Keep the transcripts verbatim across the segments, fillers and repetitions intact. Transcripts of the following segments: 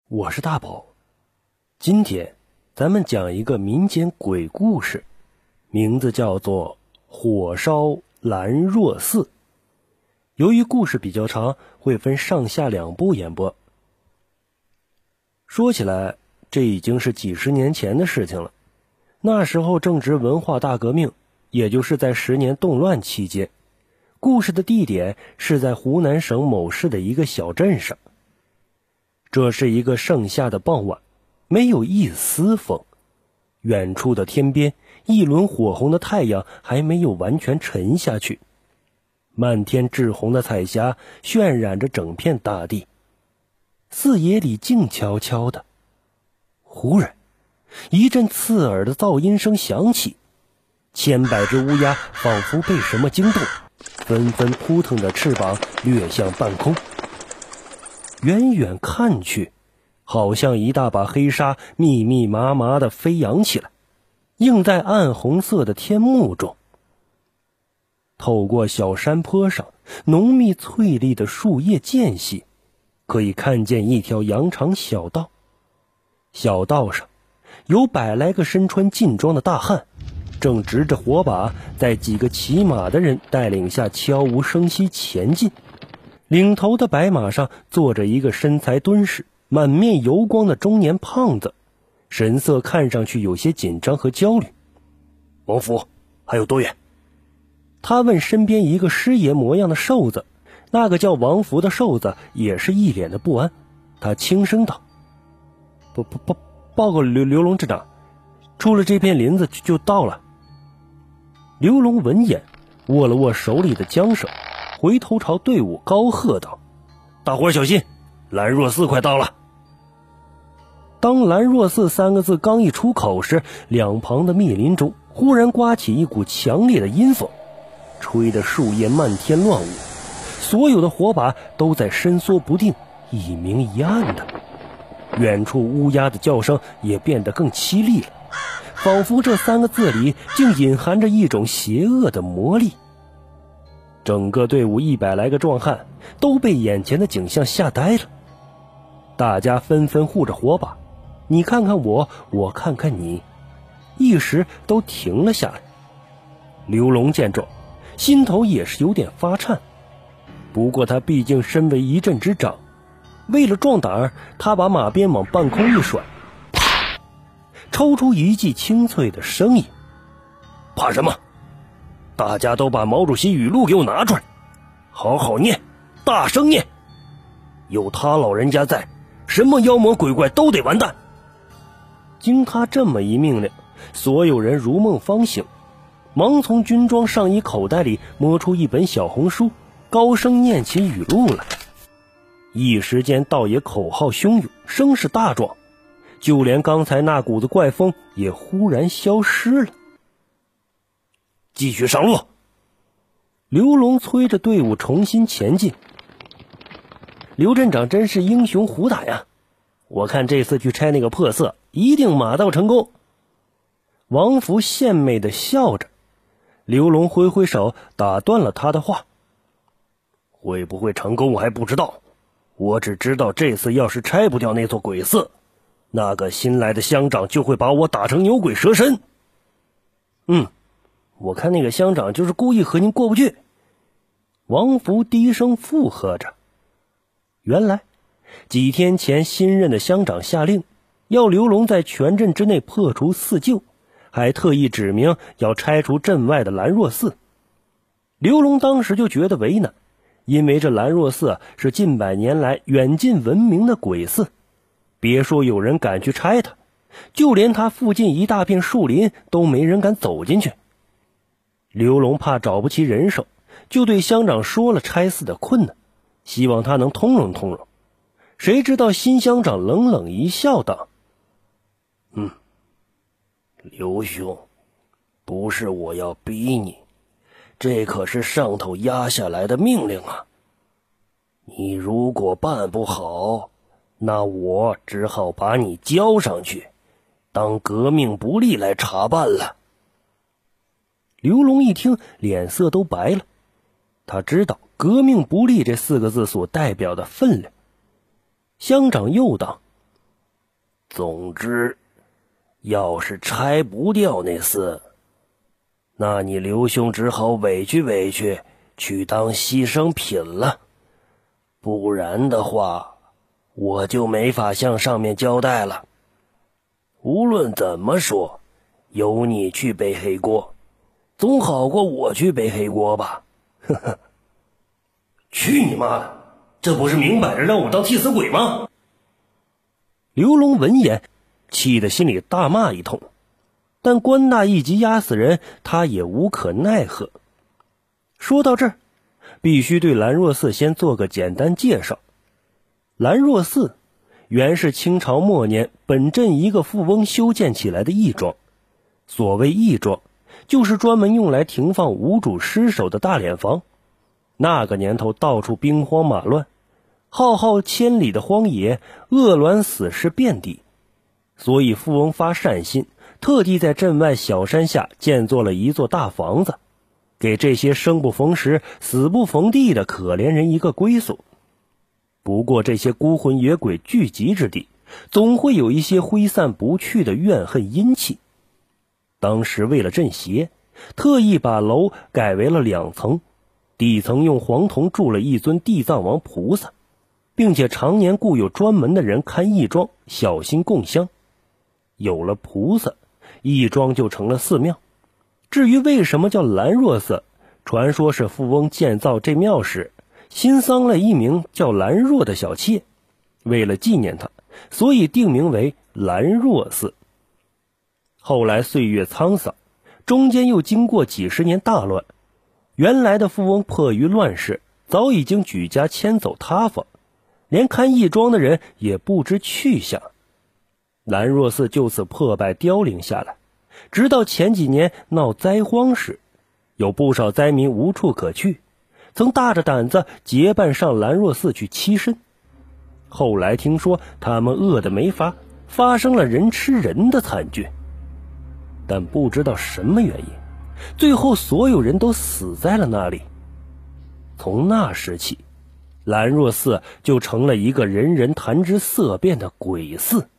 我是大宝，今天咱们讲一个民间鬼故事，名字叫做火烧兰若寺。由于故事比较长，会分上下两部演播。说起来，这已经是几十年前的事情了。那时候正值文化大革命，也就是在十年动乱期间。故事的地点是在湖南省某市的一个小镇上。这是一个盛夏的傍晚，没有一丝风。远处的天边，一轮火红的太阳还没有完全沉下去，漫天赤红的彩霞渲染着整片大地。四野里静悄悄的，忽然一阵刺耳的噪音声响起，千百只乌鸦仿佛被什么惊动，纷纷扑腾着翅膀掠向半空。远远看去，好像一大把黑纱密密麻麻地飞扬起来，映在暗红色的天幕中。透过小山坡上浓密翠绿的树叶间隙，可以看见一条羊肠小道。小道上有百来个身穿劲装的大汉，正执着火把，在几个骑马的人带领下悄无声息前进。领头的白马上坐着一个身材敦实、满面油光的中年胖子，神色看上去有些紧张和焦虑。王府还有多远？他问身边一个师爷模样的瘦子。那个叫王福的瘦子也是一脸的不安，他轻声道：报报报报告刘刘龙镇长，出了这片林子就到了。刘龙闻言握了握手里的缰绳，回头朝队伍高喝道：大伙儿小心，兰若寺快到了。当兰若寺三个字刚一出口时，两旁的密林中忽然刮起一股强烈的阴风，吹得树叶漫天乱舞，所有的火把都在伸缩不定，一明一暗的。远处乌鸦的叫声也变得更凄厉了，仿佛这三个字里竟隐含着一种邪恶的魔力。整个队伍一百来个壮汉都被眼前的景象吓呆了，大家纷纷护着火把，你看看我，我看看你，一时都停了下来。刘龙见状，心头也是有点发颤，不过他毕竟身为一镇之长，为了壮胆，他把马鞭往半空一甩，啪，抽出一记清脆的声音。怕什么？大家都把毛主席语录给我拿出来，好好念，大声念。有他老人家在，什么妖魔鬼怪都得完蛋。经他这么一命令，所有人如梦方醒，忙从军装上衣口袋里摸出一本小红书，高声念起语录来。一时间倒也口号汹涌，声势大壮，就连刚才那股子怪风也忽然消失了。继续上路。刘龙催着队伍重新前进。刘镇长真是英雄虎胆呀，我看这次去拆那个破寺一定马到成功。王福献媚地笑着，刘龙挥挥手打断了他的话。会不会成功我还不知道，我只知道这次要是拆不掉那座鬼寺，那个新来的乡长就会把我打成牛鬼蛇神。嗯，我看那个乡长就是故意和您过不去。王福低声附和着。原来几天前新任的乡长下令，要刘龙在全镇之内破除四旧，还特意指明要拆除镇外的兰若寺。刘龙当时就觉得为难，因为这兰若寺是近百年来远近闻名的鬼寺，别说有人敢去拆它，就连它附近一大片树林都没人敢走进去。刘龙怕找不齐人手，就对乡长说了拆寺的困难，希望他能通融通融。谁知道新乡长冷冷一笑道：嗯，刘兄，不是我要逼你，这可是上头压下来的命令啊。你如果办不好，那我只好把你交上去，当革命不力来查办了。刘龙一听，脸色都白了。他知道革命不力这四个字所代表的分量。乡长又道： 总之，要是拆不掉那寺，那你刘兄只好委屈委屈，去当牺牲品了。不然的话，我就没法向上面交代了。无论怎么说，由你去背黑锅，总好过我去背黑锅吧。呵呵。去你妈的！这不是明摆着让我当替死鬼吗？刘龙闻言，气得心里大骂一通，但官大一级压死人，他也无可奈何。说到这儿，必须对兰若寺先做个简单介绍。兰若寺原是清朝末年本镇一个富翁修建起来的义庄。所谓义庄，就是专门用来停放无主尸首的大殓房。那个年头到处兵荒马乱，浩浩千里的荒野，恶卵死尸遍地，所以富翁发善心，特地在镇外小山下建造了一座大房子，给这些生不逢时死不逢地的可怜人一个归宿。不过这些孤魂野鬼聚集之地，总会有一些挥散不去的怨恨阴气。当时为了镇邪，特意把楼改为了两层，底层用黄铜铸了一尊地藏王菩萨，并且常年雇有专门的人看义庄，小心供香。有了菩萨，义庄就成了寺庙。至于为什么叫兰若寺，传说是富翁建造这庙时新丧了一名叫兰若的小妾，为了纪念他，所以定名为兰若寺。后来岁月沧桑，中间又经过几十年大乱，原来的富翁迫于乱世，早已经举家迁走他方，连看义庄的人也不知去向。兰若寺就此破败凋零下来，直到前几年闹灾荒时，有不少灾民无处可去，曾大着胆子结伴上兰若寺去栖身。后来听说他们饿得没法，发生了人吃人的惨剧，但不知道什么原因，最后所有人都死在了那里。从那时起，兰若寺就成了一个人人谈之色变的鬼寺。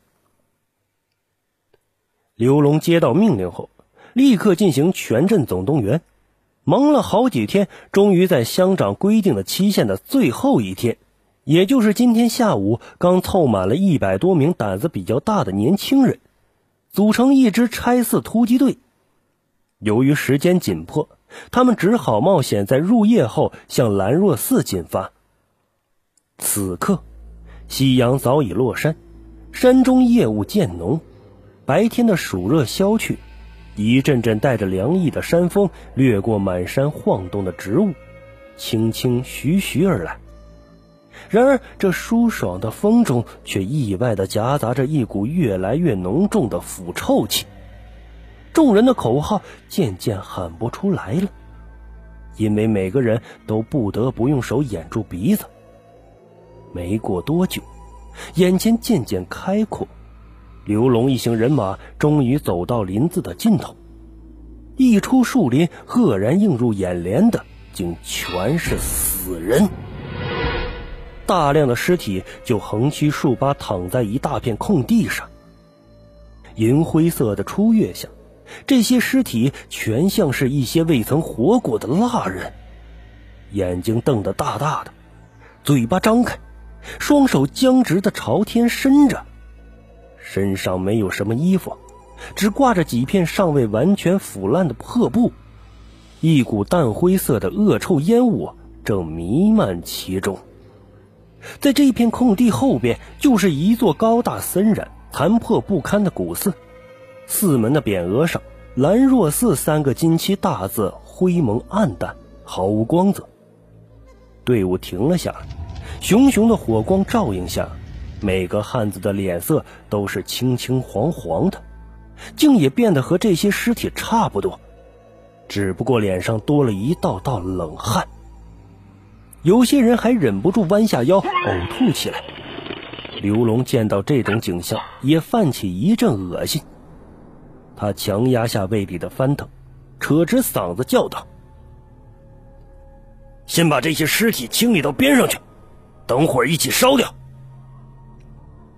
刘龙接到命令后，立刻进行全镇总动员，忙了好几天，终于在乡长规定的期限的最后一天，也就是今天下午，刚凑满了一百多名胆子比较大的年轻人，组成一支拆寺突击队。由于时间紧迫，他们只好冒险在入夜后向兰若寺进发。此刻夕阳早已落山，山中夜雾渐浓，白天的暑热消去，一阵阵带着凉意的山风掠过满山晃动的植物，轻轻徐徐而来。然而这舒爽的风中却意外地夹杂着一股越来越浓重的腐臭气。众人的口号渐渐喊不出来了，因为每个人都不得不用手掩住鼻子。没过多久，眼前渐渐开阔，刘龙一行人马终于走到林子的尽头。一出树林，赫然映入眼帘的竟全是死人。大量的尸体就横七竖八躺在一大片空地上。银灰色的初月下，这些尸体全像是一些未曾活过的蜡人，眼睛瞪得大大的，嘴巴张开，双手僵直地朝天伸着，身上没有什么衣服，只挂着几片尚未完全腐烂的破布，一股淡灰色的恶臭烟雾正弥漫其中。在这片空地后边，就是一座高大森然、残破不堪的古寺，寺门的匾额上兰若寺三个金漆大字灰蒙暗淡，毫无光泽。队伍停了下来，熊熊的火光照映下，每个汉子的脸色都是青青黄黄的，竟也变得和这些尸体差不多，只不过脸上多了一道道冷汗。有些人还忍不住弯下腰呕吐起来。刘龙见到这种景象，也泛起一阵恶心。他强压下胃里的翻腾，扯直嗓子叫道：“先把这些尸体清理到边上去，等会儿一起烧掉。”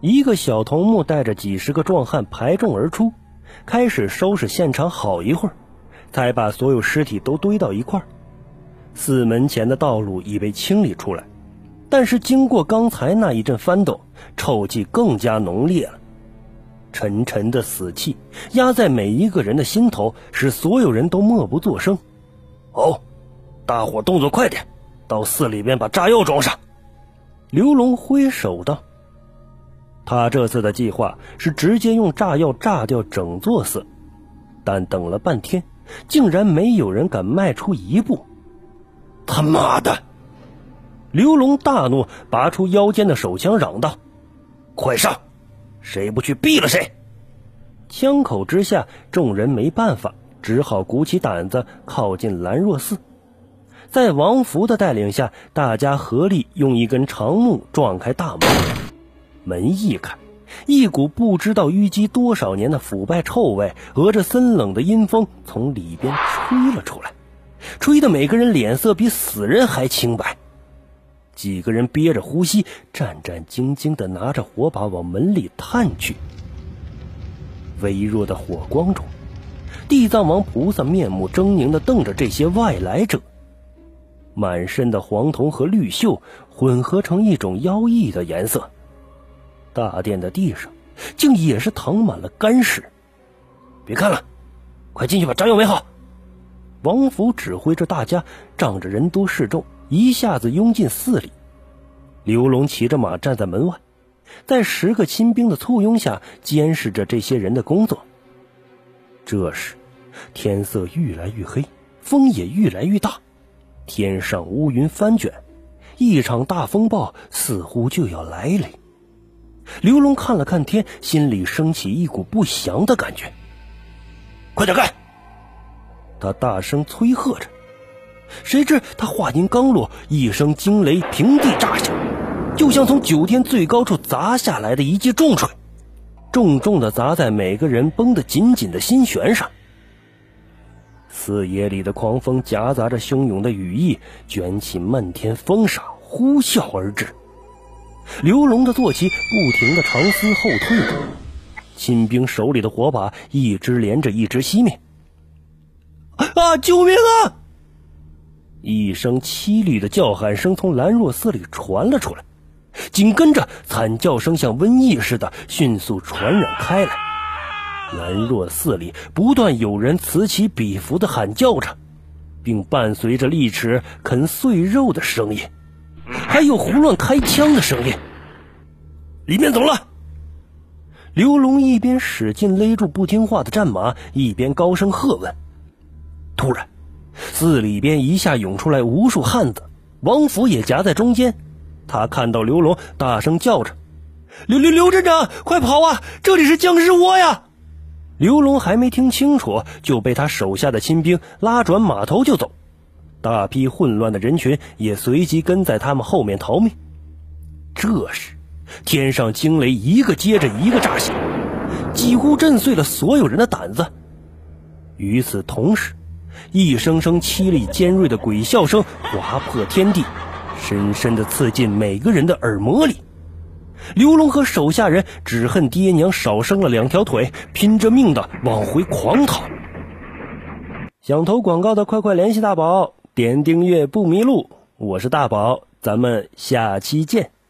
一个小头目带着几十个壮汉排众而出，开始收拾现场好一会儿，才把所有尸体都堆到一块儿。寺门前的道路已被清理出来，但是经过刚才那一阵翻斗，臭气更加浓烈了。沉沉的死气压在每一个人的心头，使所有人都默不作声。哦，大伙动作快点，到寺里边把炸药装上。刘龙挥手道。他这次的计划是直接用炸药炸掉整座寺，但等了半天，竟然没有人敢迈出一步。他妈的！刘龙大怒，拔出腰间的手枪嚷道：快上，谁不去毙了谁！枪口之下，众人没办法，只好鼓起胆子靠近兰若寺。在王福的带领下，大家合力用一根长木撞开大门。门一开，一股不知道淤积多少年的腐败臭味隔着森冷的阴风从里边吹了出来，吹得每个人脸色比死人还清白。几个人憋着呼吸，战战兢兢地拿着火把往门里探去。微弱的火光中，地藏王菩萨面目狰狞地瞪着这些外来者，满身的黄铜和绿锈混合成一种妖异的颜色。大殿的地上竟也是淌满了干尸。别看了，快进去把炸药埋好。王福指挥着大家，仗着人多势众，一下子拥进寺里。刘龙骑着马站在门外，在十个亲兵的簇拥下监视着这些人的工作。这时天色越来越黑，风也越来越大，天上乌云翻卷，一场大风暴似乎就要来临。刘龙看了看天，心里升起一股不祥的感觉。快点干！他大声催喝着。谁知他话音刚落，一声惊雷平地炸响，就像从九天最高处砸下来的一记重锤，重重地砸在每个人绷得紧紧的心弦上。四野里的狂风夹杂着汹涌的雨翼，卷起漫天风沙，呼啸而至。刘龙的坐骑不停地长嘶后退着，亲兵手里的火把一支连着一支熄灭。啊！救命啊！一声凄厉的叫喊声从兰若寺里传了出来，紧跟着惨叫声像瘟疫似的迅速传染开来。兰若寺里不断有人此起彼伏地喊叫着，并伴随着利齿啃碎肉的声音，还有胡乱开枪的声音。里面怎么了？刘龙一边使劲勒住不听话的战马，一边高声喝问。突然寺里边一下涌出来无数汉子，王福也夹在中间。他看到刘龙，大声叫着：刘刘刘镇长，快跑啊，这里是僵尸窝呀！刘龙还没听清楚，就被他手下的亲兵拉转马头就走。大批混乱的人群也随即跟在他们后面逃命。这时天上惊雷一个接着一个炸响，几乎震碎了所有人的胆子。与此同时，一声声凄厉尖锐的鬼笑声划破天地，深深地刺进每个人的耳膜里。刘龙和手下人只恨爹娘少生了两条腿，拼着命的往回狂逃。想投广告的快快联系大宝，点订阅不迷路。我是大宝，咱们下期见。